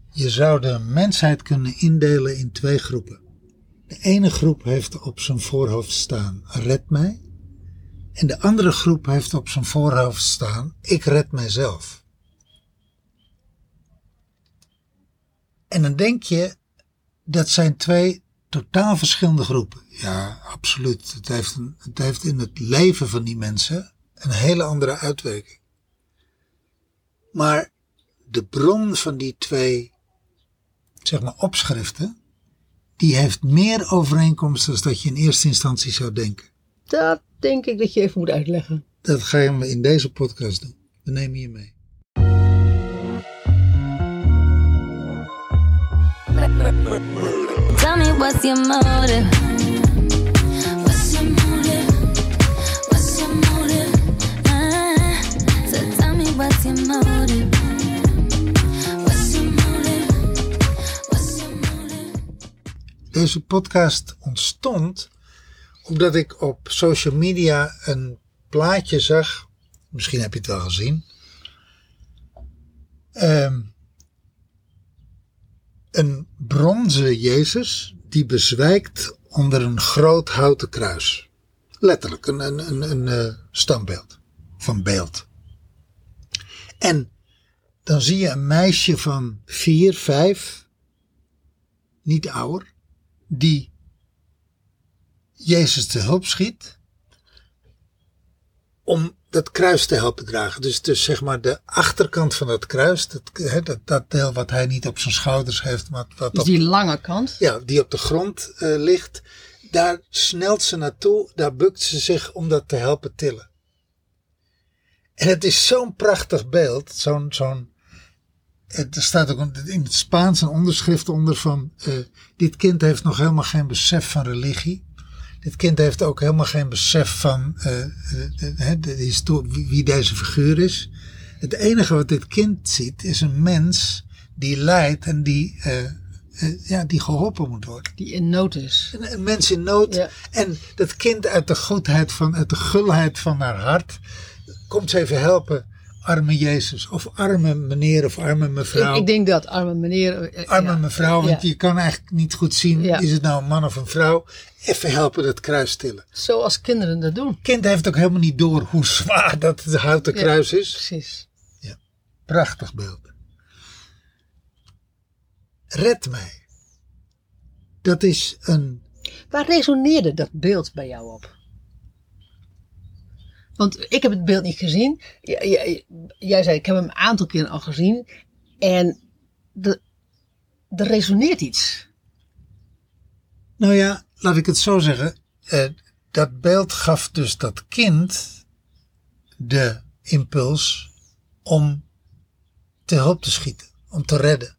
Je zou de mensheid kunnen indelen in 2 groepen. De ene groep heeft op zijn voorhoofd staan, red mij. En de andere groep heeft op zijn voorhoofd staan, ik red mijzelf. En dan denk je, dat zijn 2 totaal verschillende groepen. Ja, absoluut. Het heeft in het leven van die mensen een hele andere uitwerking. Maar de bron van die 2, zeg maar, opschriften, die heeft meer overeenkomsten dan dat je in eerste instantie zou denken. Dat denk ik dat je even moet uitleggen. Dat gaan we in deze podcast doen. We nemen je mee. Tell me what's your motive? What's your motive? What's your motive? So tell me what's your motive? What's your motive? What's your motive? Deze podcast ontstond omdat ik op social media een plaatje zag. Misschien heb je het wel gezien. Een bronzen Jezus die bezwijkt onder een groot houten kruis. Letterlijk een standbeeld van beeld. En dan zie je een meisje van 4, 5, niet ouder, die Jezus te hulp schiet om dat kruis te helpen dragen. Dus zeg maar de achterkant van dat kruis, dat deel wat hij niet op zijn schouders heeft. Maar wat dus die lange kant? Ja, die op de grond ligt. Daar snelt ze naartoe, daar bukt ze zich om dat te helpen tillen. En het is zo'n prachtig beeld, er staat ook in het Spaans een onderschrift onder van, dit kind heeft nog helemaal geen besef van religie. Dit kind heeft ook helemaal geen besef van wie deze figuur is. Het enige wat dit kind ziet is een mens die lijdt en die geholpen moet worden. Die in nood is. Een mens in nood. Ja. En dat kind uit de goedheid uit de gulheid van haar hart komt ze even helpen. Arme Jezus of arme meneer of arme mevrouw. Ik denk dat, arme meneer. Arme mevrouw, want je kan eigenlijk niet goed zien, is het nou een man of een vrouw. Even helpen dat kruis tillen. Zoals kinderen dat doen. Kind heeft ook helemaal niet door hoe zwaar dat het houten kruis is. Precies. Ja, prachtig beeld. Red mij. Dat is een... Waar resoneerde dat beeld bij jou op? Want ik heb het beeld niet gezien. Jij zei, ik heb hem een aantal keren al gezien. En er resoneert iets. Nou ja, laat ik het zo zeggen. Dat beeld gaf dus dat kind de impuls om te hulp te schieten. Om te redden.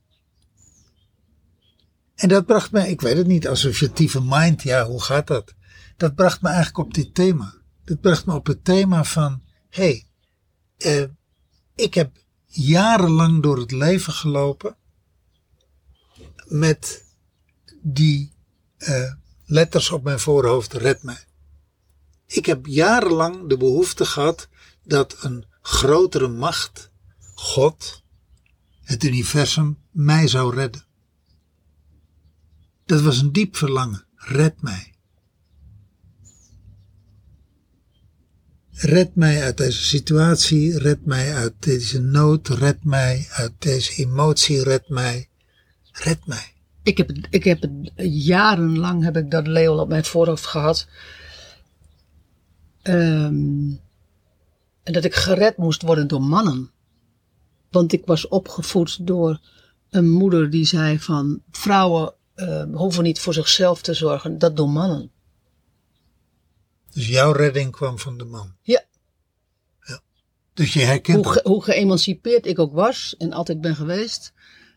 En dat bracht mij, ik weet het niet, associatieve mind. Ja, hoe gaat dat? Dat bracht me eigenlijk op dit thema. Dat bracht me op het thema van, ik heb jarenlang door het leven gelopen met die letters op mijn voorhoofd, red mij. Ik heb jarenlang de behoefte gehad dat een grotere macht, God, het universum, mij zou redden. Dat was een diep verlangen, red mij. Red mij uit deze situatie, red mij uit deze nood, red mij uit deze emotie, red mij. Red mij. Ik heb het jarenlang heb ik dat label op mijn voorhoofd gehad. En dat ik gered moest worden door mannen. Want ik was opgevoed door een moeder die zei van vrouwen hoeven niet voor zichzelf te zorgen, dat doen mannen. Dus jouw redding kwam van de man? Ja. Dus je herkent hoe geëmancipeerd ik ook was en altijd ben geweest.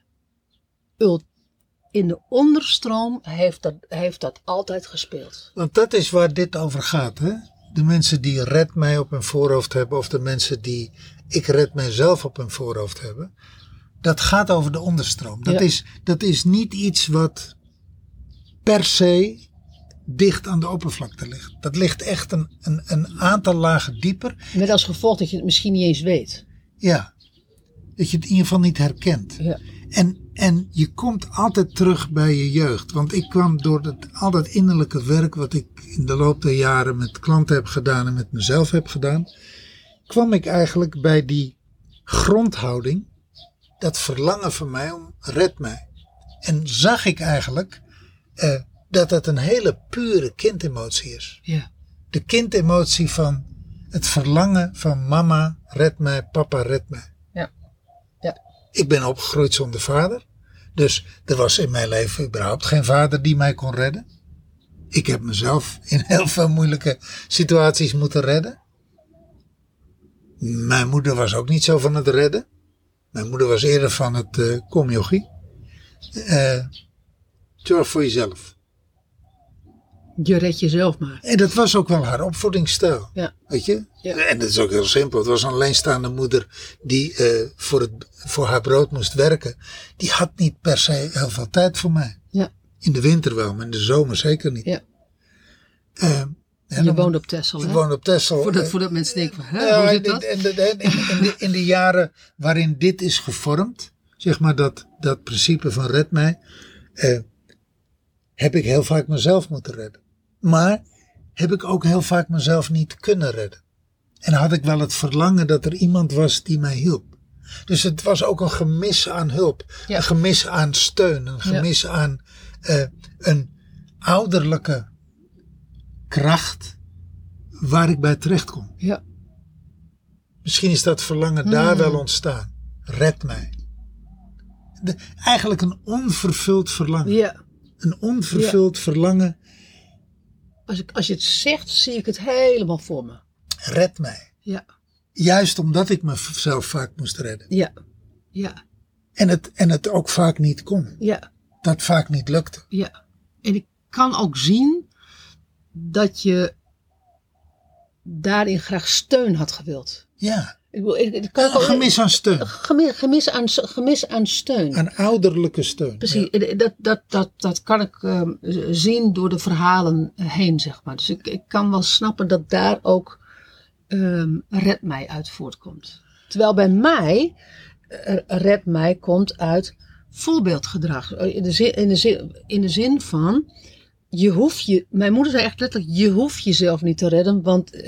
In de onderstroom heeft dat altijd gespeeld. Want dat is waar dit over gaat, hè? De mensen die red mij op hun voorhoofd hebben, of de mensen die ik red mijzelf op hun voorhoofd hebben. Dat gaat over de onderstroom. Dat is niet iets wat per se dicht aan de oppervlakte ligt. Dat ligt echt een aantal lagen dieper. Met als gevolg dat je het misschien niet eens weet. Ja, dat je het in ieder geval niet herkent. Ja. En En je komt altijd terug bij je jeugd. Want ik kwam door al dat innerlijke werk wat ik in de loop der jaren met klanten heb gedaan en met mezelf heb gedaan, kwam ik eigenlijk bij die grondhouding, dat verlangen van mij om red mij. En zag ik eigenlijk dat het een hele pure kindemotie is. Ja. De kindemotie van het verlangen van mama red mij, papa red mij. Ja. Ja. Ik ben opgegroeid zonder vader. Dus er was in mijn leven überhaupt geen vader die mij kon redden. Ik heb mezelf in heel veel moeilijke situaties moeten redden. Mijn moeder was ook niet zo van het redden. Mijn moeder was eerder van het kom jochie. Zorg voor jezelf. Je redt jezelf maar. En dat was ook wel haar opvoedingsstijl. Ja. Weet je? Ja. En dat is ook heel simpel. Het was een alleenstaande moeder die voor haar brood moest werken. Die had niet per se heel veel tijd voor mij. Ja. In de winter wel, maar in de zomer zeker niet. Ja. En Je woont op Texel, ik hè? woon op Texel. Voordat mensen denken van, hè, Ja, hoe zit dat? in de jaren waarin dit is gevormd, zeg maar dat principe van red mij, heb ik heel vaak mezelf moeten redden. Maar heb ik ook heel vaak mezelf niet kunnen redden. En had ik wel het verlangen dat er iemand was die mij hielp. Dus het was ook een gemis aan hulp. Ja. Een gemis aan steun. Een gemis aan een ouderlijke kracht waar ik bij terecht kon. Ja. Misschien is dat verlangen daar wel ontstaan. Red mij. Eigenlijk een onvervuld verlangen. Ja. Een onvervuld verlangen. Als je het zegt, zie ik het helemaal voor me. Red mij. Ja. Juist omdat ik mezelf vaak moest redden. Ja. Ja. En het ook vaak niet kon. Ja. Dat vaak niet lukte. Ja. En ik kan ook zien dat je daarin graag steun had gewild. Ja. Ik kan Een gemis aan steun. Gemis aan steun. Aan ouderlijke steun. Precies, dat kan ik zien door de verhalen heen, zeg maar. Dus ik kan wel snappen dat daar ook red mij uit voortkomt. Terwijl bij mij red mij komt uit voorbeeldgedrag. In de zin van, mijn moeder zei echt letterlijk, je hoeft jezelf niet te redden,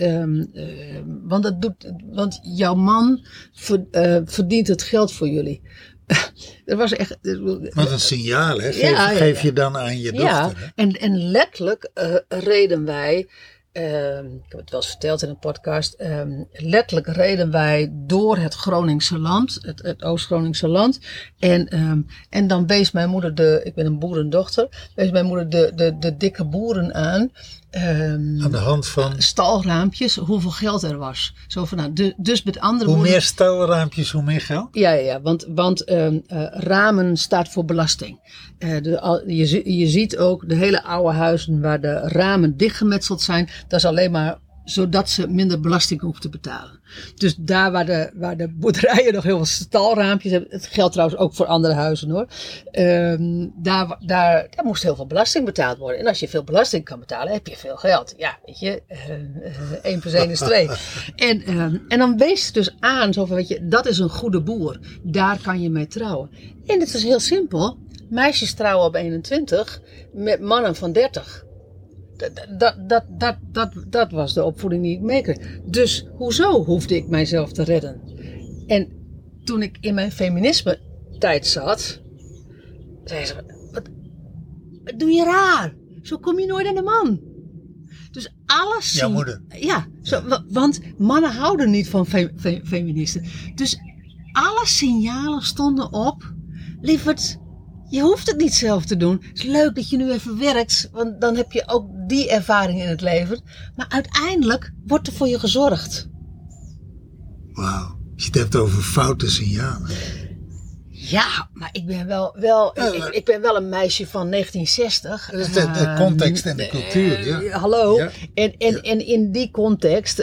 want jouw man verdient het geld voor jullie. Dat was echt. Wat een signaal, hè? Geef je dan aan je dochter. Hè? En letterlijk reden wij. Ik heb het wel eens verteld in een podcast. Letterlijk reden wij door het Groningse land, het Oost-Groningse land. En dan wees mijn moeder ik ben een boerendochter, wees mijn moeder de dikke boeren aan. Aan de hand van stalraampjes, hoeveel geld er was. Zo van, nou, dus met andere hoe woorden. meer stalraampjes, hoe meer geld? Ja, want ramen staat voor belasting. Je ziet ook de hele oude huizen waar de ramen dichtgemetseld zijn. Dat is alleen maar zodat ze minder belasting hoeven te betalen. Dus daar waar de boerderijen nog heel veel stalraampjes hebben. Het geldt trouwens ook voor andere huizen hoor. Daar moest heel veel belasting betaald worden. En als je veel belasting kan betalen, heb je veel geld. Ja, weet je. 1 plus 1 is 2. En dan wees het dus aan. Zo van, weet je, dat is een goede boer. Daar kan je mee trouwen. En het is heel simpel. Meisjes trouwen op 21 met mannen van 30. Dat was de opvoeding die ik meekreeg. Dus hoezo hoefde ik mijzelf te redden? En toen ik in mijn feminisme tijd zat, zei ze, wat doe je raar? Zo kom je nooit aan de man. Dus alles... Jouw moeder. Ja, want mannen houden niet van feministen. Dus alle signalen stonden op, lieverd, je hoeft het niet zelf te doen. Het is leuk dat je nu even werkt, want dan heb je ook die ervaring in het leven. Maar uiteindelijk wordt er voor je gezorgd. Wauw, als je het hebt over foute signalen. Ja, maar ik ben wel een meisje van 1960. Dat is de context en de cultuur, ja. Hallo. Ja. En in die context,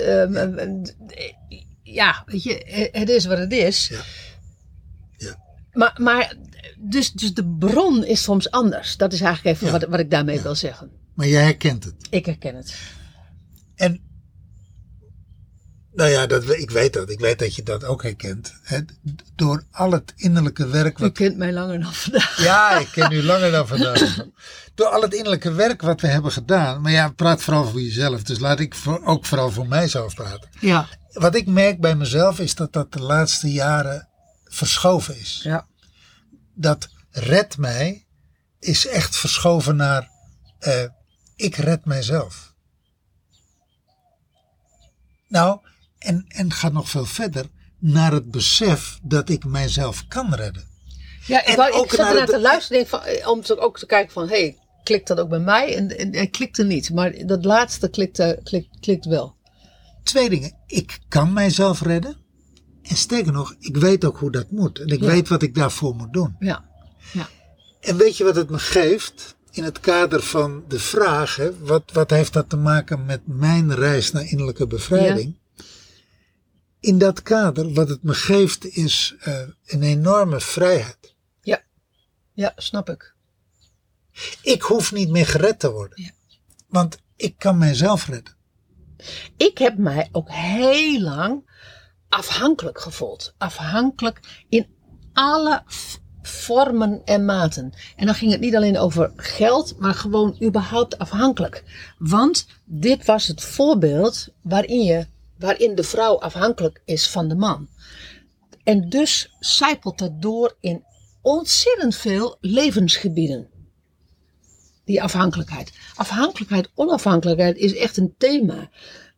ja, weet je, het is wat het is. Ja. Ja. Maar dus de bron is soms anders. Dat is eigenlijk even wat ik daarmee wil zeggen. Maar jij herkent het. Ik herken het. En Nou ja, ik weet dat. Ik weet dat je dat ook herkent. Hè? Door al het innerlijke werk... U kent mij langer dan vandaag. Ja, ik ken u langer dan vandaag. Door al het innerlijke werk wat we hebben gedaan. Maar ja, praat vooral voor jezelf. Dus laat ik ook vooral voor mijzelf praten. Ja. Wat ik merk bij mezelf is dat de laatste jaren verschoven is. Ja. Dat red mij is echt verschoven naar ik red mijzelf. Nou, en gaat nog veel verder naar het besef dat ik mijzelf kan redden. Ja, ik zat ernaar te luisteren om ook te kijken van, hey, klikt dat ook bij mij? En hij klikte niet, maar dat laatste klikt wel. 2 dingen. Ik kan mijzelf redden. En sterker nog, ik weet ook hoe dat moet. En ik weet wat ik daarvoor moet doen. Ja. En weet je wat het me geeft? In het kader van de vraag, hè, wat heeft dat te maken met mijn reis naar innerlijke bevrijding? Ja. In dat kader, wat het me geeft, is een enorme vrijheid. Ja, snap ik. Ik hoef niet meer gered te worden. Ja. Want ik kan mijzelf redden. Ik heb mij ook heel lang afhankelijk gevoeld. Afhankelijk in alle vormen en maten. En dan ging het niet alleen over geld, maar gewoon überhaupt afhankelijk. Want dit was het voorbeeld waarin de vrouw afhankelijk is van de man. En dus sijpelt dat door in ontzettend veel levensgebieden. Die afhankelijkheid. Afhankelijkheid, onafhankelijkheid is echt een thema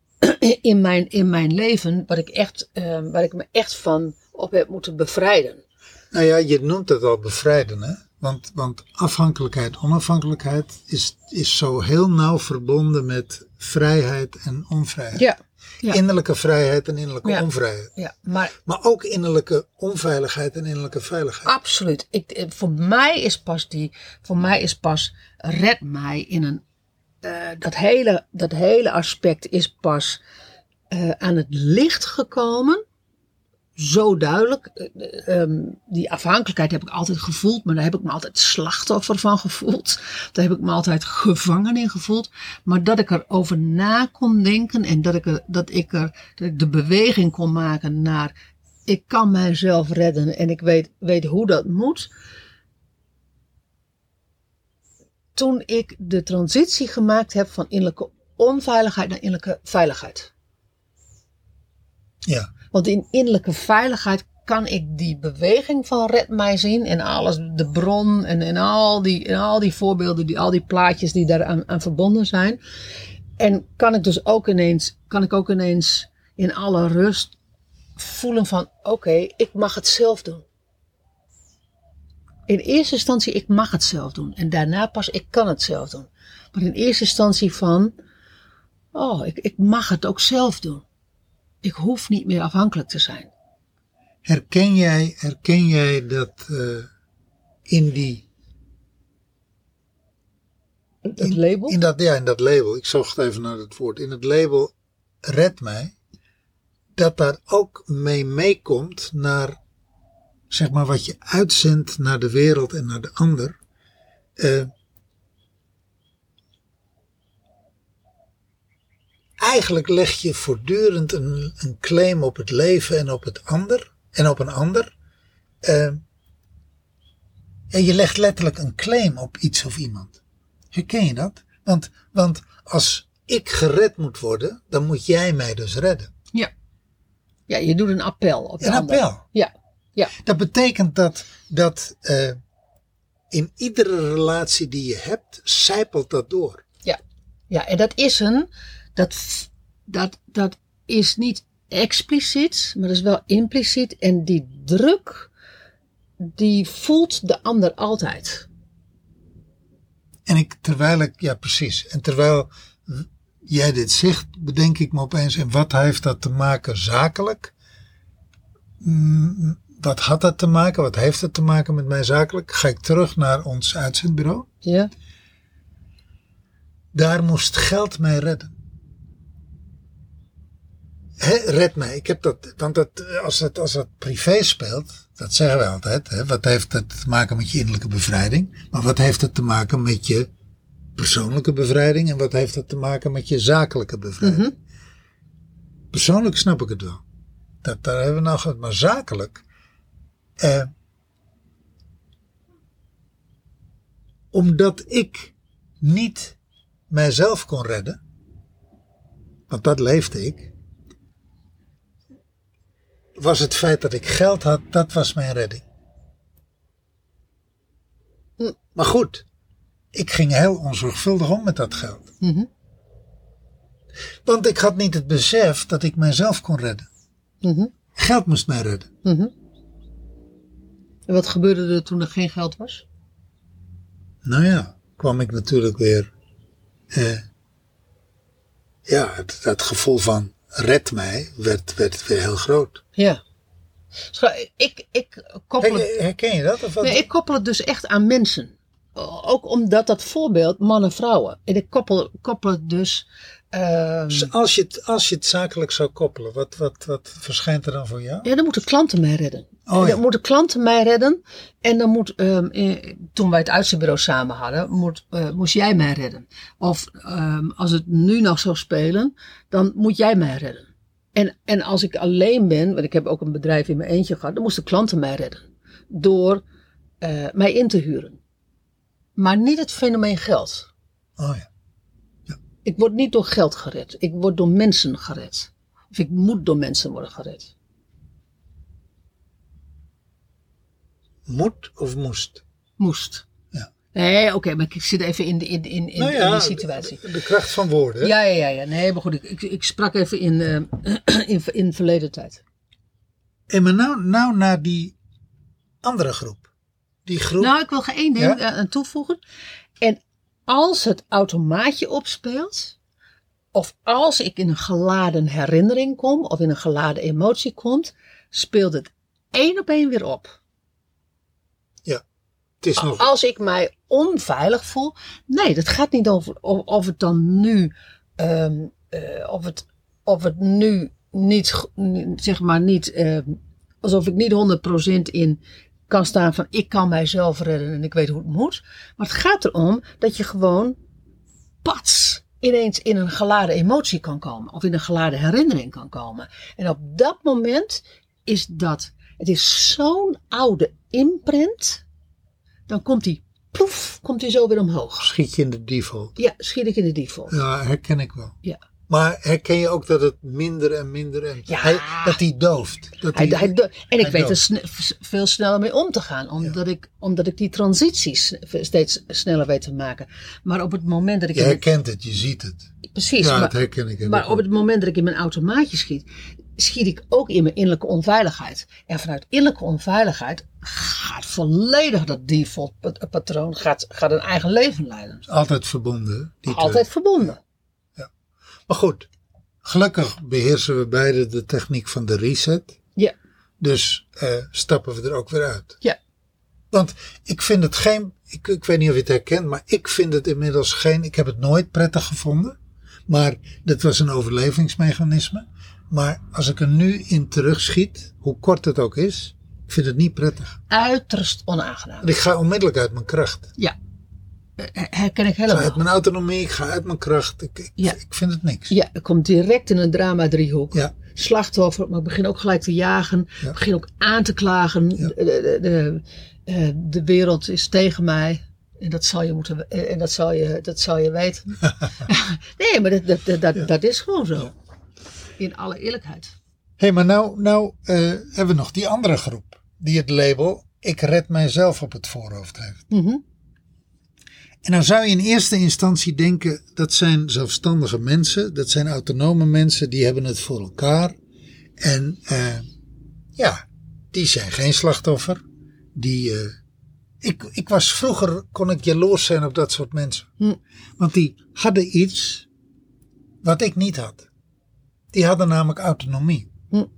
in mijn leven waar ik me echt van op heb moeten bevrijden. Nou ja, je noemt het al bevrijden, hè? Want afhankelijkheid, onafhankelijkheid is zo heel nauw verbonden met vrijheid en onvrijheid. Ja. Innerlijke vrijheid en innerlijke onvrijheid. Ja, maar ook innerlijke onveiligheid en innerlijke veiligheid. Absoluut. Voor mij is pas red mij in een dat hele aspect is pas aan het licht gekomen. Zo duidelijk. Die afhankelijkheid heb ik altijd gevoeld, maar daar heb ik me altijd slachtoffer van gevoeld. Daar heb ik me altijd gevangen in gevoeld. Maar dat ik erover na kon denken en dat ik de beweging kon maken naar ik kan mijzelf redden en ik weet hoe dat moet. Toen ik de transitie gemaakt heb van innerlijke onveiligheid naar innerlijke veiligheid. Ja. Want in innerlijke veiligheid kan ik die beweging van red mij zien en alles, de bron en al die voorbeelden, al die plaatjes die daar aan verbonden zijn. En kan ik ook ineens in alle rust voelen van oké, ik mag het zelf doen. In eerste instantie, ik mag het zelf doen. En daarna pas, ik kan het zelf doen. Maar in eerste instantie van, ik mag het ook zelf doen. Ik hoef niet meer afhankelijk te zijn. Herken jij dat in die... Het label? In dat label. Ik zocht even naar het woord. In het label red mij. Dat daar ook meekomt naar... zeg maar wat je uitzendt naar de wereld en naar de ander. Eigenlijk leg je voortdurend een claim op het leven en op het ander. En op een ander. En je legt letterlijk een claim op iets of iemand. Herken je dat? Want als ik gered moet worden, dan moet jij mij dus redden. Ja. Ja, je doet een appel op de ander. Een appel. Ja. Ja. Dat betekent dat in iedere relatie die je hebt, sijpelt dat door. Ja, en dat is niet expliciet, maar dat is wel impliciet. En die druk, die voelt de ander altijd. En terwijl jij dit zegt, bedenk ik me opeens, en wat heeft dat te maken zakelijk? Wat had dat te maken? Wat heeft het te maken met mij zakelijk? Ga ik terug naar ons uitzendbureau? Ja. Daar moest geld mij redden. Red mij. Ik heb dat, want als dat privé speelt, dat zeggen we altijd. Wat heeft het te maken met je innerlijke bevrijding? Maar wat heeft het te maken met je persoonlijke bevrijding? En wat heeft het te maken met je zakelijke bevrijding? Persoonlijk snap ik het wel. Daar hebben we nou gehad. Maar zakelijk. Omdat ik niet mijzelf kon redden. Want dat leefde ik. Was het feit dat ik geld had, dat was mijn redding. Maar goed. Ik ging heel onzorgvuldig om met dat geld. Mhm. Want ik had niet het besef dat ik mijzelf kon redden. Mhm. Geld moest mij redden. Mhm. En wat gebeurde er toen er geen geld was? Nou ja, kwam ik natuurlijk weer. Het gevoel van red mij werd weer heel groot. Ja. Ik koppel het, Herken je dat? Of wat? nee, ik koppel het dus echt aan mensen. Ook omdat dat voorbeeld mannen-vrouwen. En ik koppel het dus. Dus als je het zakelijk zou koppelen, wat verschijnt er dan voor jou? Ja, dan moeten klanten mij redden. Oh, ja. Dan moeten klanten mij redden. En dan moet, toen wij het uitzendbureau samen hadden, moest jij mij redden. Of als het nu nog zou spelen, dan moet jij mij redden. En als ik alleen ben, want ik heb ook een bedrijf in mijn eentje gehad, dan moesten klanten mij redden. Door mij in te huren. Maar niet het fenomeen geld. Oh ja. Ik word niet door geld gered. Ik word door mensen gered. Of ik moet door mensen worden gered. Moet of moest? Moest. Ja. Nee, oké, maar ik zit even in die situatie. De kracht van woorden. Hè? Ja. Nee, maar goed, ik sprak even in verleden tijd. En maar nou naar die andere groep. Die groep. Nou, ik wil er één ding aan toevoegen. En als het automaatje opspeelt, of als ik in een geladen herinnering kom, of in een geladen emotie komt, speelt het 1 op 1 weer op. Ja, het is nog. Als ik mij onveilig voel, nee, dat gaat niet over of het dan nu, of het nu niet, zeg maar niet, alsof ik niet 100% in kan staan van ik kan mijzelf redden en ik weet hoe het moet. Maar het gaat erom dat je gewoon pats ineens in een geladen emotie kan komen. Of in een geladen herinnering kan komen. En op dat moment is het is zo'n oude imprint. Dan komt die zo weer omhoog. Schiet je in de default. Ja, schiet ik in de default. Ja, herken ik wel. Ja. Maar herken je ook dat het minder en minder en Ja. dat hij dooft? En ik weet er veel sneller mee om te gaan. Omdat ik die transities steeds sneller weet te maken. Maar op het moment dat ik... Je herkent het, je ziet het. Precies. Ja, maar, dat herken ik. Maar op het moment dat ik in mijn automaatje schiet ik ook in mijn innerlijke onveiligheid. En vanuit innerlijke onveiligheid gaat volledig dat default patroon gaat een eigen leven leiden. Altijd verbonden. Altijd verbonden. Maar goed, gelukkig beheersen we beide de techniek van de reset. Ja. Dus stappen we er ook weer uit. Ja. Want ik vind het geen, ik weet niet of je het herkent, maar ik vind het inmiddels geen, ik heb het nooit prettig gevonden. Maar dat was een overlevingsmechanisme. Maar als ik er nu in terugschiet, hoe kort het ook is, ik vind het niet prettig. Uiterst onaangenaam. Want ik ga onmiddellijk uit mijn kracht. Ja. Herken ik Ik ga helemaal. uit mijn autonomie, ik ga uit mijn kracht. Ik vind het niks. Ja, ik kom direct in een drama-driehoek. Ja. Slachtoffer, maar ik begin ook gelijk te jagen. Ja. Ik begin ook aan te klagen. Ja. De wereld is tegen mij. En dat zal je weten. Nee, maar dat is gewoon zo. Ja. In alle eerlijkheid. Hé, maar nou hebben we nog die andere groep. Die het label, ik red mijzelf op het voorhoofd heeft. Mm-hmm. En dan zou je in eerste instantie denken, dat zijn zelfstandige mensen. Dat zijn autonome mensen, die hebben het voor elkaar. En die zijn geen slachtoffer. Vroeger kon ik jaloers zijn op dat soort mensen. Want die hadden iets wat ik niet had. Die hadden namelijk autonomie.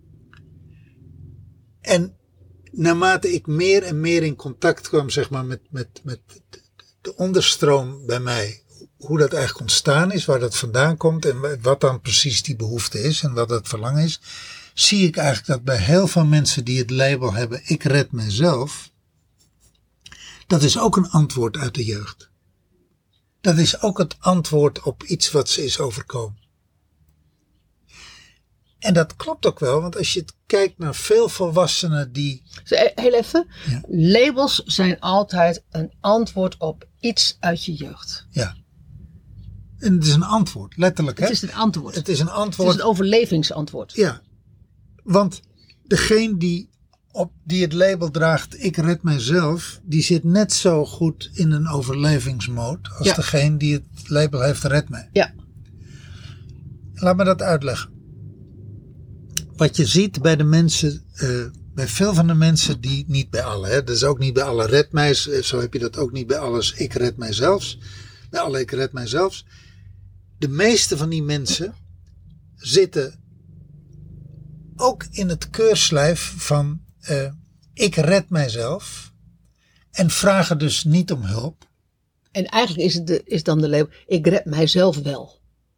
En naarmate ik meer en meer in contact kwam, zeg maar, met de onderstroom bij mij, hoe dat eigenlijk ontstaan is, waar dat vandaan komt en wat dan precies die behoefte is en wat het verlangen is, zie ik eigenlijk dat bij heel veel mensen die het label hebben, ik red mezelf, dat is ook een antwoord uit de jeugd. Dat is ook het antwoord op iets wat ze is overkomen. En dat klopt ook wel, want als je kijkt naar veel volwassenen die... Heel even. Ja. Labels zijn altijd een antwoord op iets uit je jeugd. Ja. En het is een antwoord, letterlijk. Hè? Het is een antwoord. Het is een Het antwoord. is een overlevingsantwoord. Ja. Want degene die het label draagt, ik red mijzelf, die zit net zo goed in een overlevingsmode als degene die het label heeft, red mij. Ja. Laat me dat uitleggen. Wat je ziet bij de mensen, bij veel van de mensen die, niet bij alle, hè, dus ook niet bij alle red mij's, zo heb je dat ook niet bij alles, ik red mijzelf. Bij alle ik red mijzelf. De meeste van die mensen zitten ook in het keurslijf van ik red mijzelf en vragen dus niet om hulp. En eigenlijk is dan de label, ik red mijzelf wel.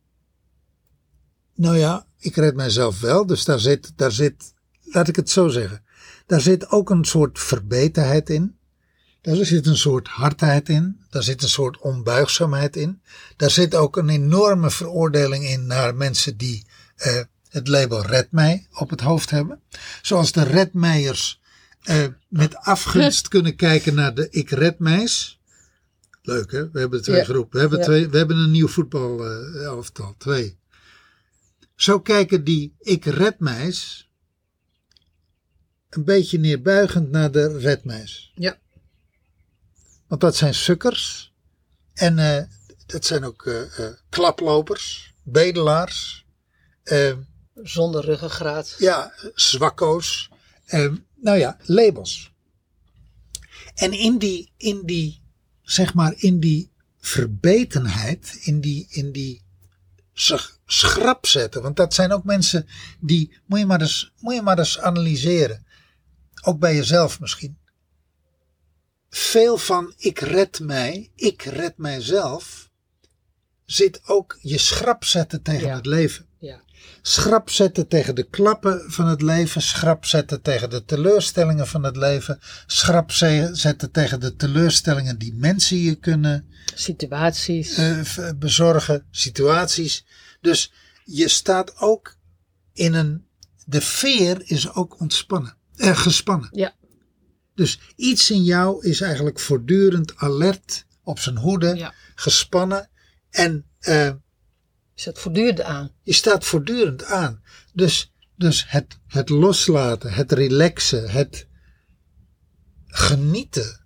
Nou ja, ik red mijzelf wel, dus daar zit, laat ik het zo zeggen, daar zit ook een soort verbeterheid in. Daar zit een soort hardheid in. Daar zit een soort onbuigzaamheid in. Daar zit ook een enorme veroordeling in naar mensen die het label red mij op het hoofd hebben. Zoals de redmijers met afgunst kunnen kijken naar de ik red mij's. Leuk hè, we hebben twee groepen. We hebben een nieuw voetbalelftal, 2. Zo kijken die ik red mij's een beetje neerbuigend naar de red mij's. Ja. Want dat zijn sukkers. En dat zijn ook klaplopers, bedelaars. Zonder ruggengraat. Ja, zwakko's. Nou ja, labels. En in die zeg maar, in die verbetenheid, in die schrap zetten. Want dat zijn ook mensen die, moet je maar eens analyseren. Ook bij jezelf misschien. Veel van ik red mijzelf, zit ook je schrap zetten tegen het leven. Ja. Schrap zetten tegen de klappen van het leven, schrap zetten tegen de teleurstellingen van het leven, schrap zetten tegen de teleurstellingen die mensen je kunnen Situaties. bezorgen, situaties. Dus je staat ook de veer is ook gespannen. Ja. Dus iets in jou is eigenlijk voortdurend alert, op zijn hoede, gespannen. En Je staat voortdurend aan. je staat voortdurend aan. Dus het loslaten, het relaxen, het genieten,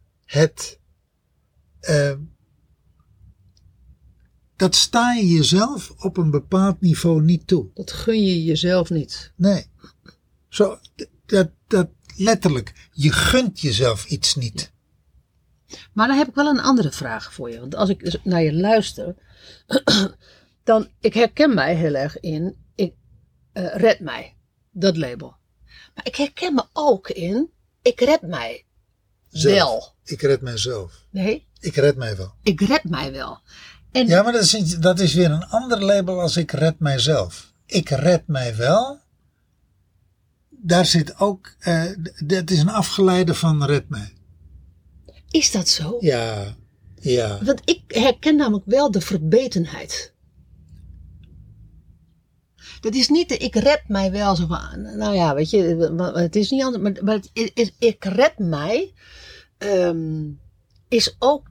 dat sta je jezelf op een bepaald niveau niet toe. Dat gun je jezelf niet. Nee. Zo, dat letterlijk, je gunt jezelf iets niet. Maar dan heb ik wel een andere vraag voor je. Want als ik dus naar je luister, dan, ik herken mij heel erg in, red mij, dat label. Maar ik herken me ook in, ik red mij wel. Ik red mijzelf. Nee? Ik red mij wel. Ik red mij wel. En Ja, maar dat is weer een ander label als ik red mijzelf. Ik red mij wel. Daar zit ook, dat is een afgeleide van red mij. is dat zo? Ja. Want ik herken namelijk wel de verbetenheid. Dat is niet de ik red mij wel zo van, nou ja, weet je, het is niet anders, maar het is, ik red mij is ook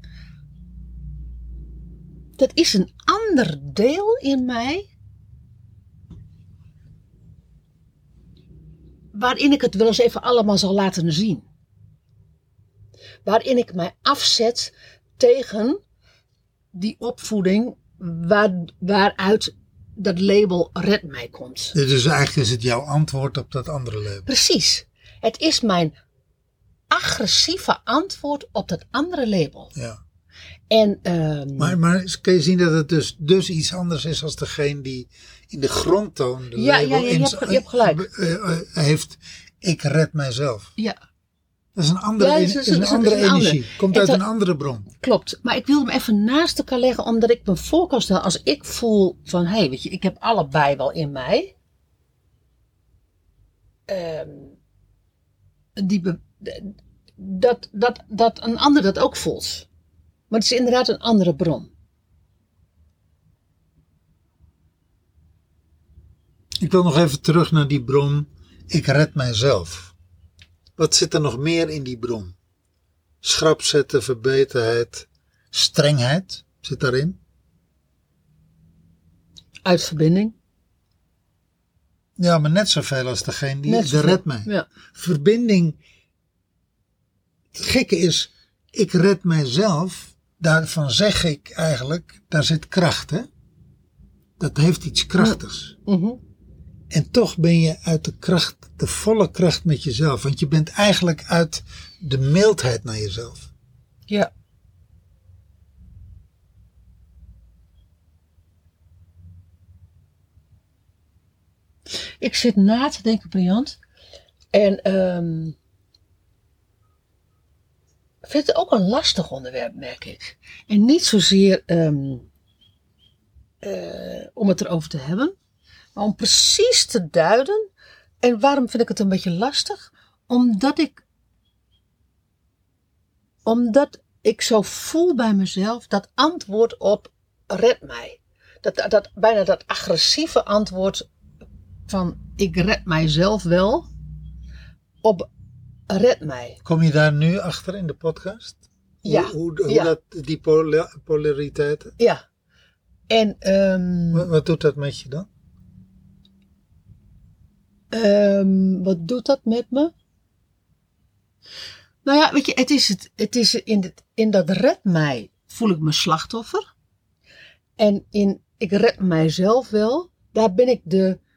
dat is een ander deel in mij waarin ik het wel eens even allemaal zal laten zien. Waarin ik mij afzet tegen die opvoeding waaruit dat label red mij komt. Dus eigenlijk is het jouw antwoord op dat andere label. Precies. Het is mijn agressieve antwoord op dat andere label. Ja. En, Maar kun je zien dat het dus iets anders is als degene die in de grondtoon de label je hebt gelijk. heeft. Ik red mijzelf. Ja, Dat is een andere, Ja, is een andere een andere. energie. Komt uit een andere bron. klopt. Maar ik wilde hem even naast elkaar leggen, omdat ik me voor kan stellen, als ik voel van, hé, weet je, ik heb allebei wel in mij. Dat een ander dat ook voelt. Maar het is inderdaad een andere bron. Ik wil nog even terug naar die bron. Ik red mijzelf. Wat zit er nog meer in die bron? Schrap zetten, verbeterheid, strengheid zit daarin. Uit verbinding. Ja, maar net zoveel als degene die Net zoveel. red mij. Ja. Verbinding. Het gekke is, ik red mijzelf. Daarvan zeg ik eigenlijk, daar zit kracht, hè? Dat heeft iets krachtigs. Mhm. En toch ben je uit de kracht, de volle kracht met jezelf. Want je bent eigenlijk uit de mildheid naar jezelf. Ja. Ik zit na te denken, Briant. En ik vind het ook een lastig onderwerp, merk ik. En niet zozeer om het erover te hebben. Maar om precies te duiden. En waarom vind ik het een beetje lastig? Omdat ik zo voel bij mezelf dat antwoord op red mij. Dat bijna dat agressieve antwoord van ik red mijzelf wel op red mij. Kom je daar nu achter in de podcast? Ja. Hoe Ja. dat, die polariteiten? Ja. En Wat doet dat met je dan? wat doet dat met me? Nou ja, weet je, het is in dat red mij voel ik me slachtoffer. En in ik red mijzelf wel, daar ben ik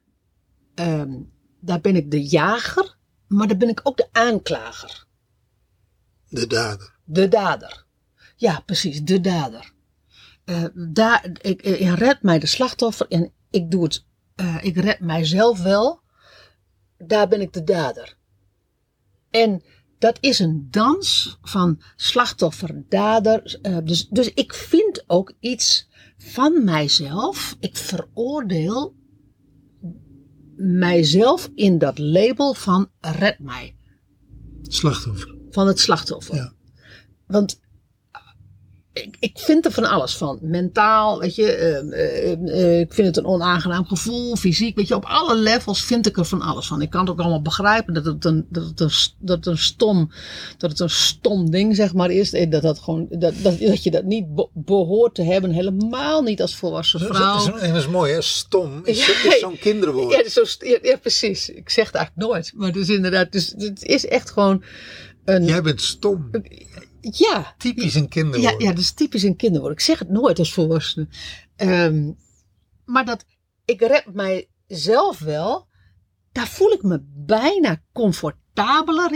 de jager, maar daar ben ik ook de aanklager. De dader. De dader. Ja, precies, de dader. Ik red mij de slachtoffer en ik doe het, ik red mijzelf wel. Daar ben ik de dader. En dat is een dans van slachtoffer, dader. Dus ik vind ook iets van mijzelf. Ik veroordeel mijzelf in dat label van red mij. Slachtoffer. Van het slachtoffer. Ja. Want ik vind er van alles van. Mentaal, weet je. Ik vind het een onaangenaam gevoel. Fysiek, weet je. Op alle levels vind ik er van alles van. Ik kan het ook allemaal begrijpen dat het een stom ding, zeg maar, is. Dat je dat niet behoort te hebben. Helemaal niet als volwassen vrouw. Dat is mooi, hè? Stom is zo'n kinderwoord. Ja, precies. Ik zeg het eigenlijk nooit. Maar dus inderdaad, het is echt gewoon een... Jij bent stom. Ja. Typisch een kinderwoord. Ja, dat is typisch een kinderwoord. Ik zeg het nooit als volwassene. Maar dat ik red mijzelf wel, daar voel ik me bijna comfortabeler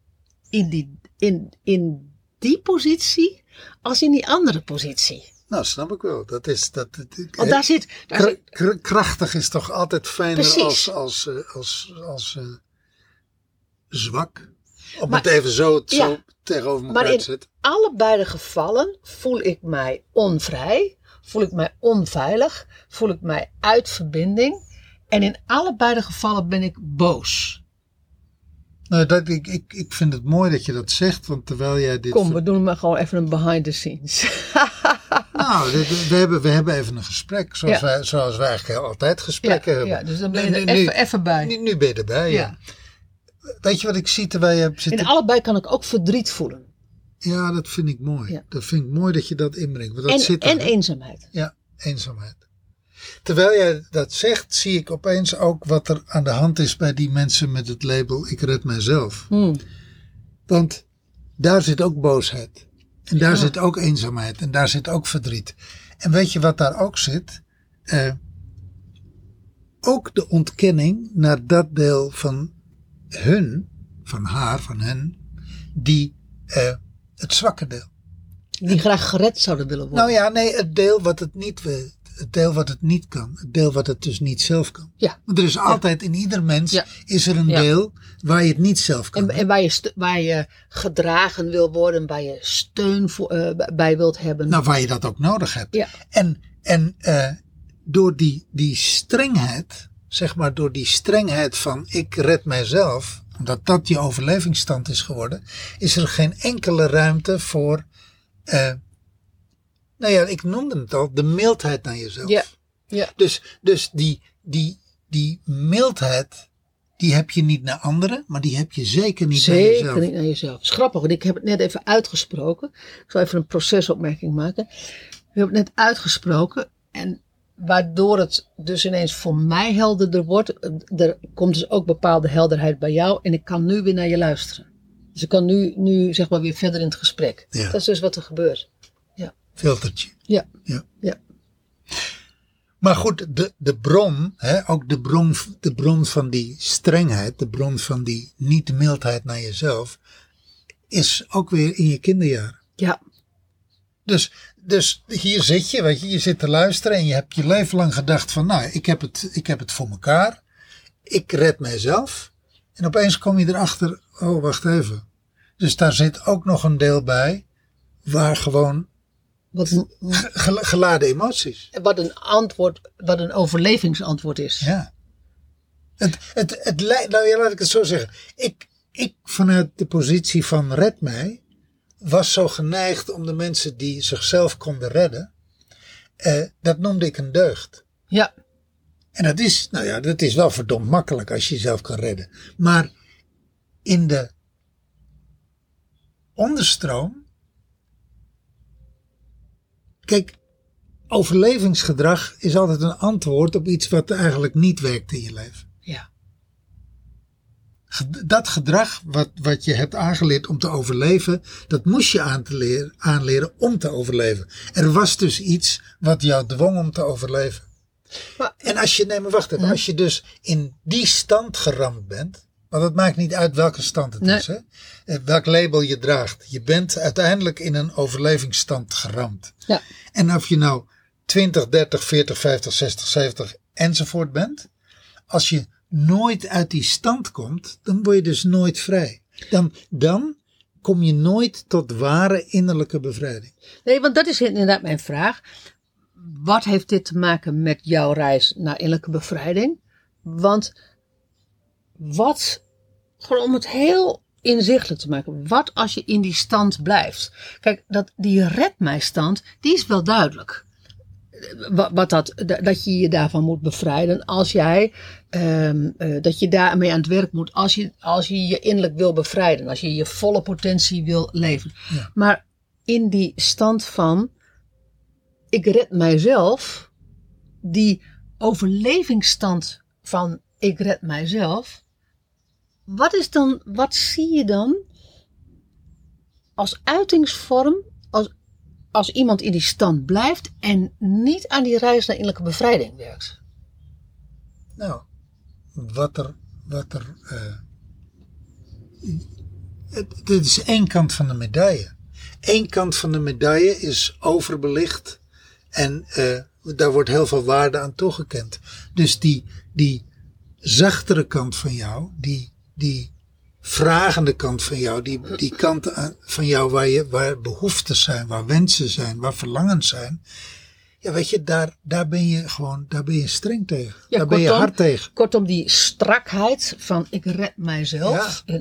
in die positie als in die andere positie. Nou, snap ik wel. Want daar zit krachtig is toch altijd fijner Precies. als zwak. Om Maar- het even zo Ja. tegenover Maar elkaar in te zetten. allebei de gevallen voel ik mij onvrij, voel ik mij onveilig, voel ik mij uit verbinding. En in allebei de gevallen ben ik boos. Nou, ik vind het mooi dat je dat zegt, want terwijl jij dit... Kom, we doen maar gewoon even een behind the scenes. Nou, we hebben even een gesprek, zoals wij eigenlijk altijd gesprekken hebben. Ja, dus dan ben je Nu- er nu- even bij. Nu ben je erbij, ja. Weet je wat ik zie terwijl je zit In allebei kan ik ook verdriet voelen. Ja, dat vind ik mooi. Ja. Dat vind ik mooi dat je dat inbrengt. Want dat zit er, En hè? eenzaamheid. Ja, eenzaamheid. Terwijl jij dat zegt, zie ik opeens ook wat er aan de hand is bij die mensen met het label ik red mijzelf. Want daar zit ook boosheid. En daar zit ook eenzaamheid. En daar zit ook verdriet. En weet je wat daar ook zit? Ook de ontkenning naar dat deel van hun, van haar, van hen, die het zwakke deel. Die graag gered zouden willen worden. Nou ja, nee, het deel wat het niet wil. Het deel wat het niet kan. Het deel wat het dus niet zelf kan. Ja. Want er is altijd in ieder mens Ja. is er een Ja. deel waar je het niet zelf kan. En waar je gedragen wil worden, waar je steun bij wilt hebben. Nou, waar je dat ook nodig hebt. Ja. En door die strengheid, zeg maar door die strengheid van ik red mijzelf, omdat dat je overlevingsstand is geworden, is er geen enkele ruimte voor, nou ja, ik noemde het al, de mildheid naar jezelf. Ja. Ja. Dus die die mildheid, die heb je niet naar anderen, maar die heb je zeker niet naar jezelf. Zeker niet naar jezelf. Het is grappig, want ik heb het net even uitgesproken. Ik zal even een procesopmerking maken. We hebben het net uitgesproken en waardoor het dus ineens voor mij helderder wordt. Er komt dus ook bepaalde helderheid bij jou en ik kan nu weer naar je luisteren. Dus ik kan nu zeg maar weer verder in het gesprek. Ja. Dat is dus wat er gebeurt. Ja. Filtertje. Ja. Ja. Ja. Maar goed, de bron, ook de bron van die strengheid, de bron van die niet-mildheid naar jezelf, is ook weer in je kinderjaren. Ja. Dus hier zit je, weet je, je zit te luisteren en je hebt je leven lang gedacht van, nou, ik heb het voor mekaar. Ik red mijzelf. En opeens kom je erachter, oh, wacht even. Dus daar zit ook nog een deel bij waar gewoon geladen emoties. Wat een overlevingsantwoord is. Ja. Nou ja, laat ik het zo zeggen. Ik vanuit de positie van red mij, was zo geneigd om de mensen die zichzelf konden redden, dat noemde ik een deugd. Ja. En dat is wel verdomd makkelijk als je jezelf kan redden. Maar in de onderstroom, kijk, overlevingsgedrag is altijd een antwoord op iets wat eigenlijk niet werkt in je leven. Ja. Dat gedrag wat je hebt aangeleerd om te overleven, dat moest je aanleren om te overleven. Er was dus iets wat jou dwong om te overleven. En als je dus in die stand geramd bent, want het maakt niet uit welke stand het is, hè? Welk label je draagt. Je bent uiteindelijk in een overlevingsstand geramd. Ja. En of je nou 20, 30, 40, 50, 60, 70 enzovoort bent, als je nooit uit die stand komt, dan word je dus nooit vrij. Dan kom je nooit tot ware innerlijke bevrijding. Nee, want dat is inderdaad mijn vraag. Wat heeft dit te maken met jouw reis naar innerlijke bevrijding? Want gewoon om het heel inzichtelijk te maken, wat als je in die stand blijft? Kijk, die red mij stand, die is wel duidelijk. Dat je je daarvan moet bevrijden als jij, dat je daarmee aan het werk moet als je je innerlijk wil bevrijden, als je je volle potentie wil leven. Ja. Maar in die stand van, ik red mijzelf, die overlevingsstand van ik red mijzelf, wat zie je dan als uitingsvorm als iemand in die stand blijft en niet aan die reis naar innerlijke bevrijding werkt? Nou, het is één kant van de medaille. Eén kant van de medaille is overbelicht en daar wordt heel veel waarde aan toegekend. Dus die zachtere kant van jou, die vragende kant van jou, die kant van jou waar behoeftes zijn, waar wensen zijn, waar verlangens zijn. Ja, weet je, daar ben je streng tegen. Ja, daar ben je hard tegen. Kortom, die strakheid van ik red mijzelf. Ja.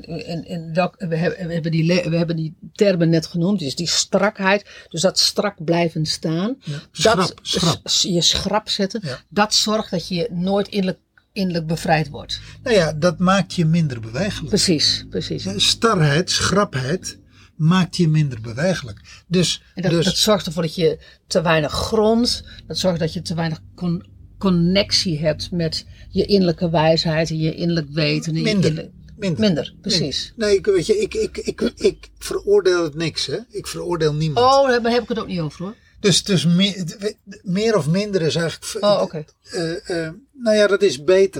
We hebben die termen net genoemd. Dus die strakheid, dus dat strak blijven staan. Ja, schrap. Je schrap zetten. Ja. Dat zorgt dat je nooit innerlijk bevrijd wordt. Nou ja, dat maakt je minder bewegelijk. Precies. Starheid, schrapheid maakt je minder bewegelijk. En dat zorgt ervoor dat je te weinig grond, dat zorgt dat je te weinig connectie hebt met je innerlijke wijsheid en je innerlijk weten. Minder, precies. Nee, weet je, ik veroordeel het niks, hè. Ik veroordeel niemand. Oh, daar heb ik het ook niet over, hoor. Dus meer of minder is eigenlijk. Oh, oké. Nou ja, dat is beter.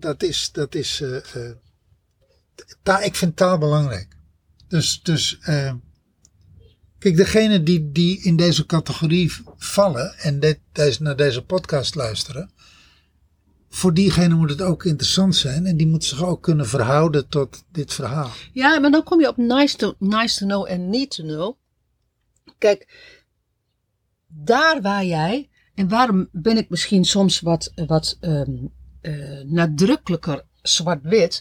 Ik vind taal belangrijk. Dus kijk, degene die in deze categorie vallen en naar deze podcast luisteren, voor diegene moet het ook interessant zijn en die moet zich ook kunnen verhouden tot dit verhaal. Ja, maar dan kom je op nice to know en need to know. Kijk, daar waar jij, en waarom ben ik misschien soms wat nadrukkelijker zwart-wit,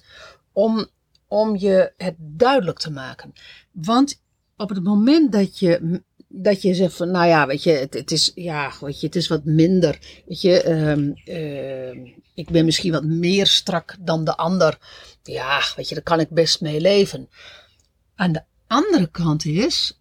om je het duidelijk te maken. Want op het moment dat je dat je zegt van, nou ja, weet je, het is, ja, weet je, het is wat minder. Weet je, ik ben misschien wat meer strak dan de ander. Ja, weet je, daar kan ik best mee leven. Aan de andere kant is,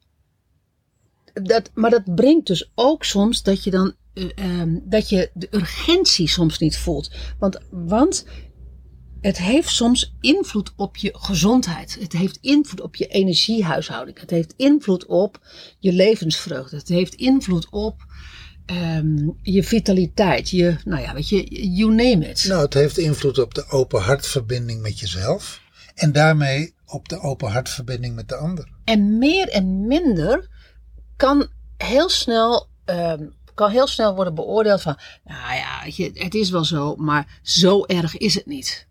maar dat brengt dus ook soms dat je dan, dat je de urgentie soms niet voelt. Want het heeft soms invloed op je gezondheid. Het heeft invloed op je energiehuishouding. Het heeft invloed op je levensvreugde. Het heeft invloed op je vitaliteit. Nou ja, weet je, you name it. Nou, het heeft invloed op de open hartverbinding met jezelf. En daarmee op de open hartverbinding met de ander. En meer en minder kan heel snel worden beoordeeld van, nou ja, weet je, het is wel zo, maar zo erg is het niet.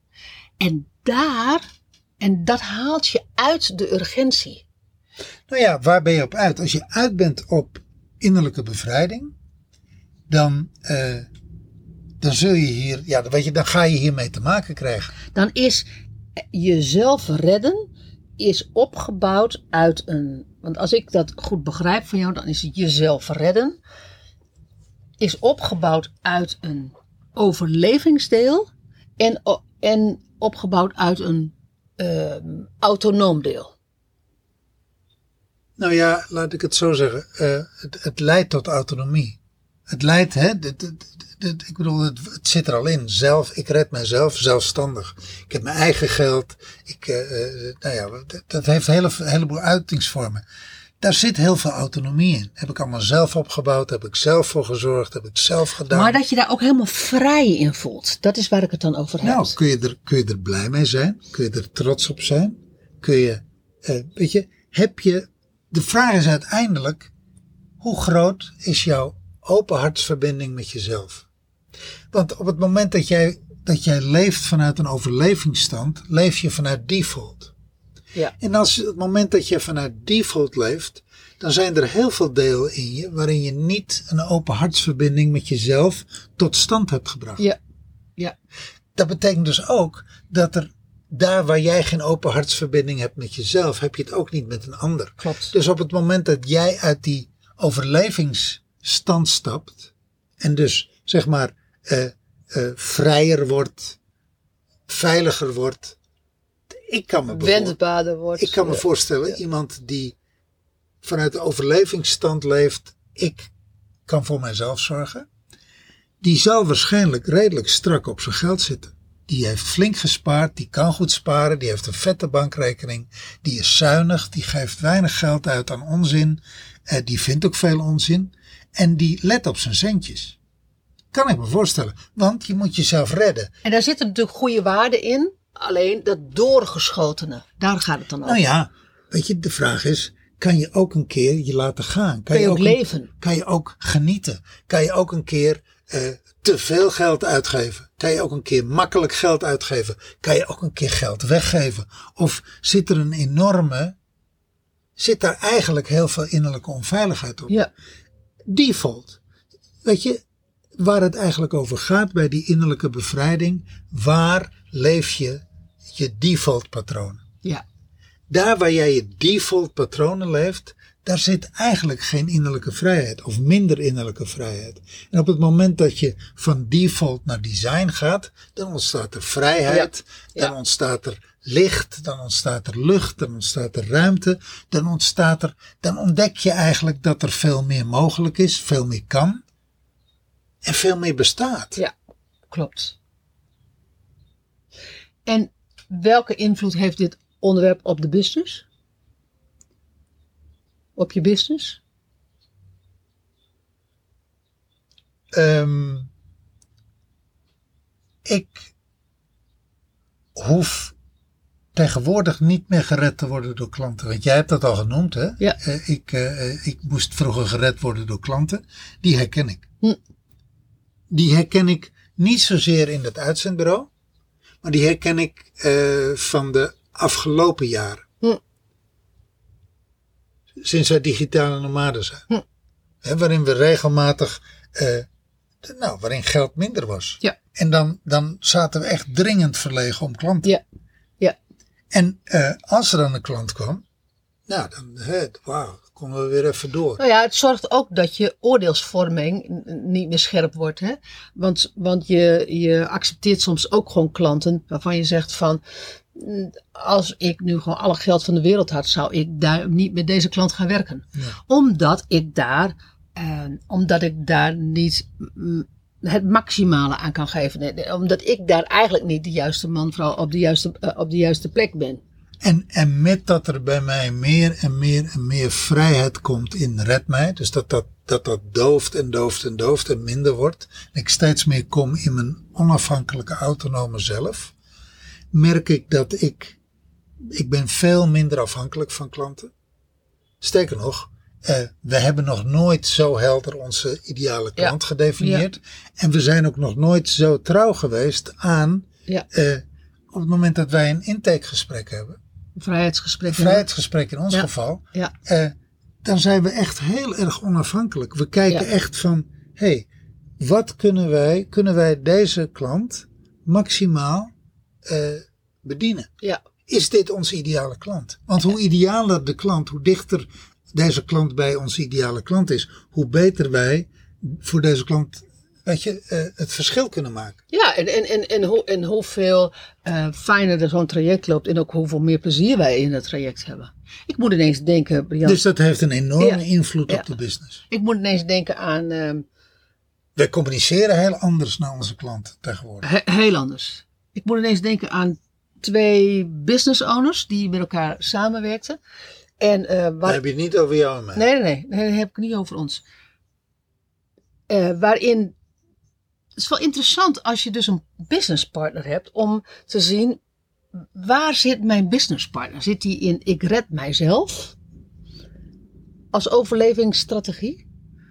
En dat haalt je uit de urgentie. Nou ja, waar ben je op uit? Als je uit bent op innerlijke bevrijding, dan zul je hier, ja, weet je, dan ga je hiermee te maken krijgen. Dan is jezelf redden is opgebouwd uit want als ik dat goed begrijp van jou, dan is het jezelf redden is opgebouwd uit een overlevingsdeel en opgebouwd uit een autonoom deel. Nou ja, laat ik het zo zeggen. Het leidt tot autonomie. Het leidt, ik bedoel, het zit er al in. Ik red mijzelf zelfstandig. Ik heb mijn eigen geld. Dat heeft een heleboel uitingsvormen. Daar zit heel veel autonomie in. Heb ik allemaal zelf opgebouwd. Heb ik zelf voor gezorgd. Heb ik zelf gedaan. Maar dat je daar ook helemaal vrij in voelt. Dat is waar ik het dan over heb. Nou, kun je er blij mee zijn? Kun je er trots op zijn? Kun je, de vraag is uiteindelijk, hoe groot is jouw open hartsverbinding met jezelf? Want op het moment dat jij leeft vanuit een overlevingsstand, leef je vanuit default. Ja. En op het moment dat je vanuit default leeft, dan zijn er heel veel delen in je waarin je niet een open hartsverbinding met jezelf tot stand hebt gebracht. Ja. Ja. Dat betekent dus ook dat daar waar jij geen open hartsverbinding hebt met jezelf, heb je het ook niet met een ander. Klopt. Dus op het moment dat jij uit die overlevingsstand stapt en dus zeg maar vrijer wordt, veiliger wordt. Ik kan me voorstellen, iemand die vanuit de overlevingsstand leeft, ik kan voor mijzelf zorgen, die zal waarschijnlijk redelijk strak op zijn geld zitten. Die heeft flink gespaard, die kan goed sparen, die heeft een vette bankrekening, die is zuinig, die geeft weinig geld uit aan onzin, die vindt ook veel onzin en die let op zijn centjes. Kan ik me voorstellen, want je moet jezelf redden. En daar zitten natuurlijk goede waarden in, alleen dat doorgeschotene, daar gaat het dan over. Nou ja, weet je, de vraag is, kan je ook een keer je laten gaan? Kan je ook leven? Kan je ook genieten? Kan je ook een keer te veel geld uitgeven? Kan je ook een keer makkelijk geld uitgeven? Kan je ook een keer geld weggeven? Of zit daar eigenlijk heel veel innerlijke onveiligheid op? Ja. Default. Weet je, waar het eigenlijk over gaat bij die innerlijke bevrijding, waar leef je default patronen? Ja. Daar waar jij je default patronen leeft, daar zit eigenlijk geen innerlijke vrijheid of minder innerlijke vrijheid. En op het moment dat je van default naar design gaat, dan ontstaat er vrijheid, Ja. dan ontstaat er licht, dan ontstaat er lucht, dan ontstaat er ruimte, dan ontdek je eigenlijk dat er veel meer mogelijk is, veel meer kan en veel meer bestaat. Ja, klopt. En welke invloed heeft dit onderwerp op de business? Op je business? Ik hoef tegenwoordig niet meer gered te worden door klanten. Want jij hebt dat al genoemd, hè? Ja. Ik moest vroeger gered worden door klanten. Die herken ik. Hm. Die herken ik niet zozeer in het uitzendbureau. Maar die herken ik van de afgelopen jaren. Hm. Sinds wij digitale nomaden zijn. Hm. Waarin we regelmatig, waarin geld minder was. Ja. En dan zaten we echt dringend verlegen om klanten. Ja. Ja. En als er dan een klant kwam, nou dan, wauw, konden we weer even door. Nou ja, het zorgt ook dat je oordeelsvorming niet meer scherp wordt. Hè? Want je accepteert soms ook gewoon klanten waarvan je zegt van... Als ik nu gewoon alle geld van de wereld had, zou ik daar niet met deze klant gaan werken. Ja. Omdat ik daar niet het maximale aan kan geven. Nee, omdat ik daar eigenlijk niet de juiste man, vrouw op de juiste plek ben. En met dat er bij mij meer en meer vrijheid komt in Red Mij. Dus dat dooft en minder wordt. En ik steeds meer kom in mijn onafhankelijke autonome zelf. Merk ik dat ik ben veel minder afhankelijk van klanten. Sterker nog, we hebben nog nooit zo helder onze ideale klant gedefinieerd. Ja. En we zijn ook nog nooit zo trouw geweest aan op het moment dat wij een intakegesprek hebben. Een vrijheidsgesprek in ons geval. Ja. Dan zijn we echt heel erg onafhankelijk. We kijken echt van, wat kunnen wij deze klant maximaal bedienen? Ja. Is dit onze ideale klant? Want hoe idealer de klant, hoe dichter deze klant bij onze ideale klant is, hoe beter wij voor deze klant, het verschil kunnen maken. Ja, en hoeveel fijner er zo'n traject loopt en ook hoeveel meer plezier wij in het traject hebben. Ik moet ineens denken, Brian. Dus dat heeft een enorme invloed op de business. Ik moet ineens denken aan... wij communiceren heel anders naar onze klanten tegenwoordig. Heel anders. Ik moet ineens denken aan 2 business owners die met elkaar samenwerkten. En, daar heb je het niet over jou en mij. Nee, dat heb ik niet over ons. Waarin... Het is wel interessant als je dus een businesspartner hebt om te zien, waar zit mijn businesspartner? Zit die in ik red mijzelf als overlevingsstrategie?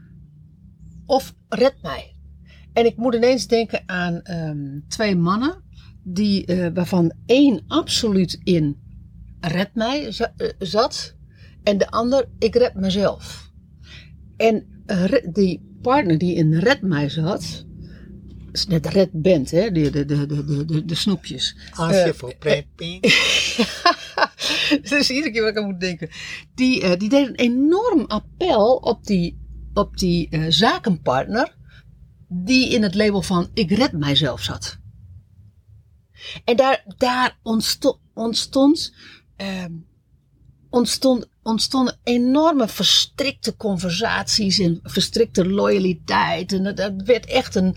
Of red mij? En ik moet ineens denken aan 2 mannen waarvan 1 absoluut in red mij zat en de ander ik red mezelf. En die partner die in red mij zat, is net Red Band, hè? De snoepjes. Als je voor prepping. Dat is iedere keer wat ik aan moet denken. Die deed een enorm appel op die zakenpartner die in het label van ik red mijzelf zat. En daar ontstonden enorme verstrikte conversaties en verstrikte loyaliteit. En dat werd echt een...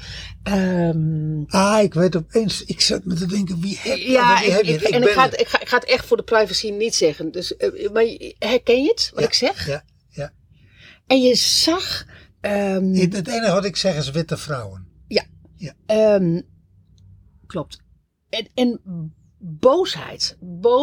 ik weet opeens, ik zat me te denken, wie heb je? Ik ga het echt voor de privacy niet zeggen. Dus, maar herken je het, wat ik zeg? Ja. En je zag... het enige wat ik zeg is witte vrouwen. Ja. Klopt. En boosheid.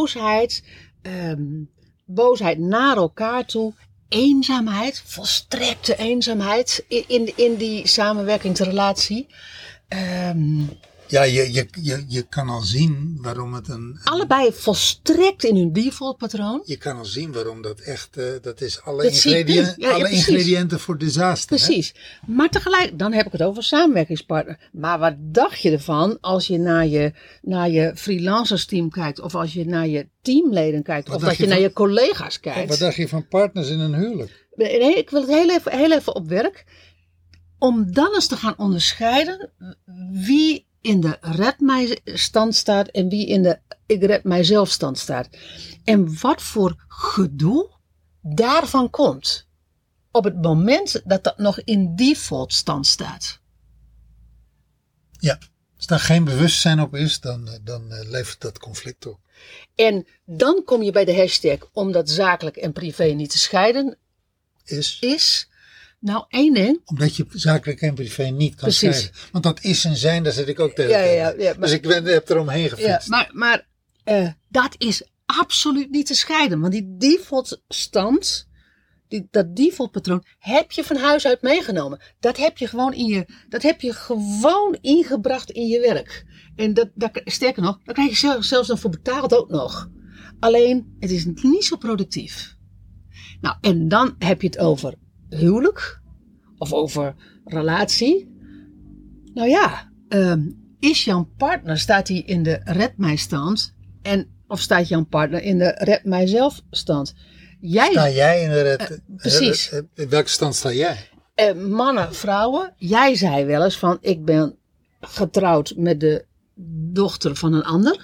Boosheid naar elkaar toe. Eenzaamheid. Volstrekte eenzaamheid in die samenwerkingsrelatie. Ja, je kan al zien waarom het allebei volstrekt in hun default patroon. Je kan al zien waarom dat echt... dat is alle ingrediënten voor disaster. Precies. Hè? Maar tegelijk, dan heb ik het over samenwerkingspartner. Maar wat dacht je ervan als je naar je freelancersteam kijkt? Of als je naar je teamleden kijkt? Of dat je naar je collega's kijkt? Wat dacht je van partners in een huwelijk? Nee, ik wil het heel even op werk. Om dan eens te gaan onderscheiden wie in de red mij stand staat en wie in de ik red mijzelf stand staat. En wat voor gedoe daarvan komt op het moment dat dat nog in default stand staat. Ja, als daar geen bewustzijn op is, dan levert dat conflict op. En dan kom je bij de hashtag omdat zakelijk en privé niet te scheiden is. Nou, 1 ding. Omdat je zakelijk en privé niet kan scheiden. Want dat is en zijn, daar zit ik ook tegen. Ja, dus ik heb eromheen gefietst. Ja, maar dat is absoluut niet te scheiden. Want die default stand, dat default patroon, heb je van huis uit meegenomen. Dat heb je gewoon ingebracht in je werk. En sterker nog, daar krijg je zelfs nog voor betaald ook nog. Alleen, het is niet zo productief. Nou, en dan heb je het over huwelijk of over relatie. Nou ja, is jouw partner, staat hij in de red mij stand of staat jouw partner in de red mijzelf stand? Sta jij in de precies. In welke stand sta jij? Mannen, vrouwen. Jij zei wel eens van, ik ben getrouwd met de dochter van een ander.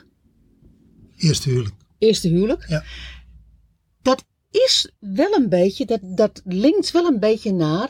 Eerste huwelijk. Ja. Dat is wel een beetje, dat linkt wel een beetje naar...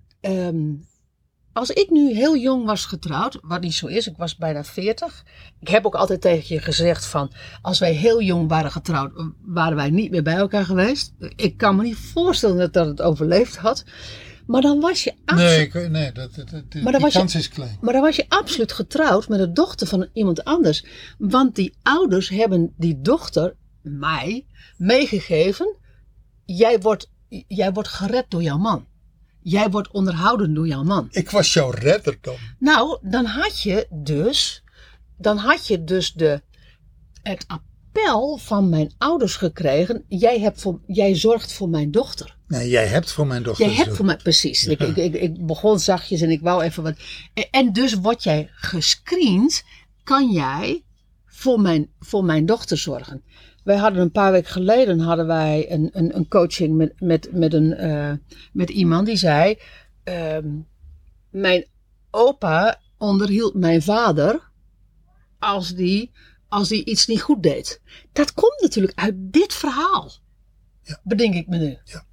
als ik nu heel jong was getrouwd, wat niet zo is, ik was bijna 40. Ik heb ook altijd tegen je gezegd van, als wij heel jong waren getrouwd, waren wij niet meer bij elkaar geweest. Ik kan me niet voorstellen dat het overleefd had. Maar dan was je die kans is klein. Maar dan was je absoluut getrouwd met de dochter van iemand anders. Want die ouders hebben die dochter, mij, meegegeven. Jij wordt gered door jouw man. Jij wordt onderhouden door jouw man. Ik was jouw redder dan. Nou, dan had je dus het appel van mijn ouders gekregen. Jij zorgt voor mijn dochter. Nee, jij hebt voor mijn dochter. Jij hebt voor mij, precies. Ja. Ik begon zachtjes en ik wou even wat. En dus word jij gescreend, kan jij voor mijn dochter zorgen. Wij hadden een paar weken geleden een coaching met iemand die zei, mijn opa onderhield mijn vader als die iets niet goed deed. Dat komt natuurlijk uit dit verhaal. Ja. Bedenk ik me nu. Ja.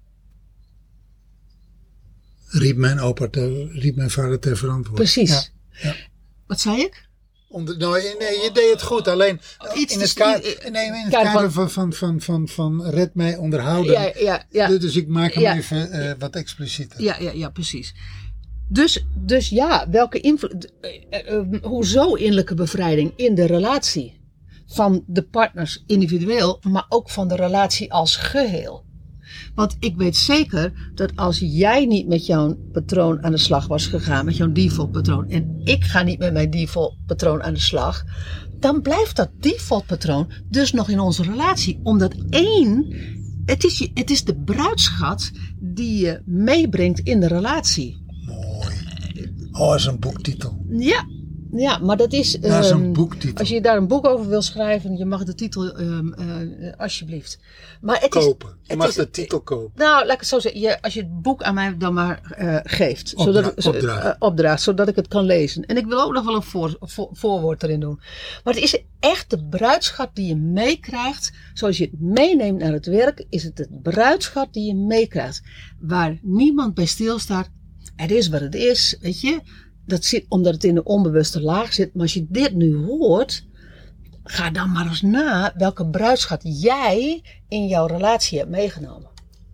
Riep mijn vader ter verantwoording. Precies. Ja. Wat zei ik? Nee, je deed het goed. Alleen in het kader van red mij onderhouden. Ja. Dus ik maak hem even wat explicieter. Ja, precies. Dus ja, welke invloed... hoezo innerlijke bevrijding in de relatie? Van de partners individueel, maar ook van de relatie als geheel. Want ik weet zeker dat als jij niet met jouw patroon aan de slag was gegaan, met jouw default patroon, en ik ga niet met mijn default patroon aan de slag, dan blijft dat default patroon dus nog in onze relatie. Omdat het is de bruidschat die je meebrengt in de relatie. Mooi. Oh, dat is een boektitel. Ja, maar dat is een boektitel. Als je daar een boek over wil schrijven, je mag de titel alsjeblieft. Maar het kopen. Je mag de titel kopen. Nou, laat ik het zo zeggen. Als je het boek aan mij dan maar geeft. Opdraagt, zodat ik het kan lezen. En ik wil ook nog wel een voorwoord erin doen. Maar het is echt de bruidschat die je meekrijgt. Zoals je het meeneemt naar het werk, is het bruidschat die je meekrijgt. Waar niemand bij stilstaat. Het is wat het is, weet je. Dat zit omdat het in de onbewuste laag zit. Maar als je dit nu hoort, ga dan maar eens na welke bruidschat jij in jouw relatie hebt meegenomen.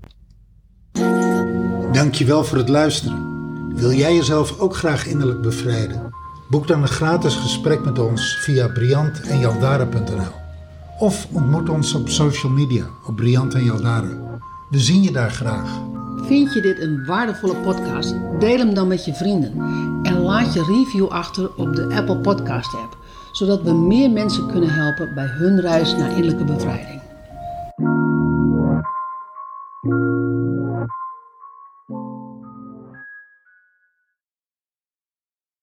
Dankjewel voor het luisteren. Wil jij jezelf ook graag innerlijk bevrijden? Boek dan een gratis gesprek met ons via briantenjaldara.nl of ontmoet ons op social media op Briant en Jaldara. We zien je daar graag. Vind je dit een waardevolle podcast? Deel hem dan met je vrienden. En laat je review achter op de Apple Podcast app. Zodat we meer mensen kunnen helpen bij hun reis naar innerlijke bevrijding.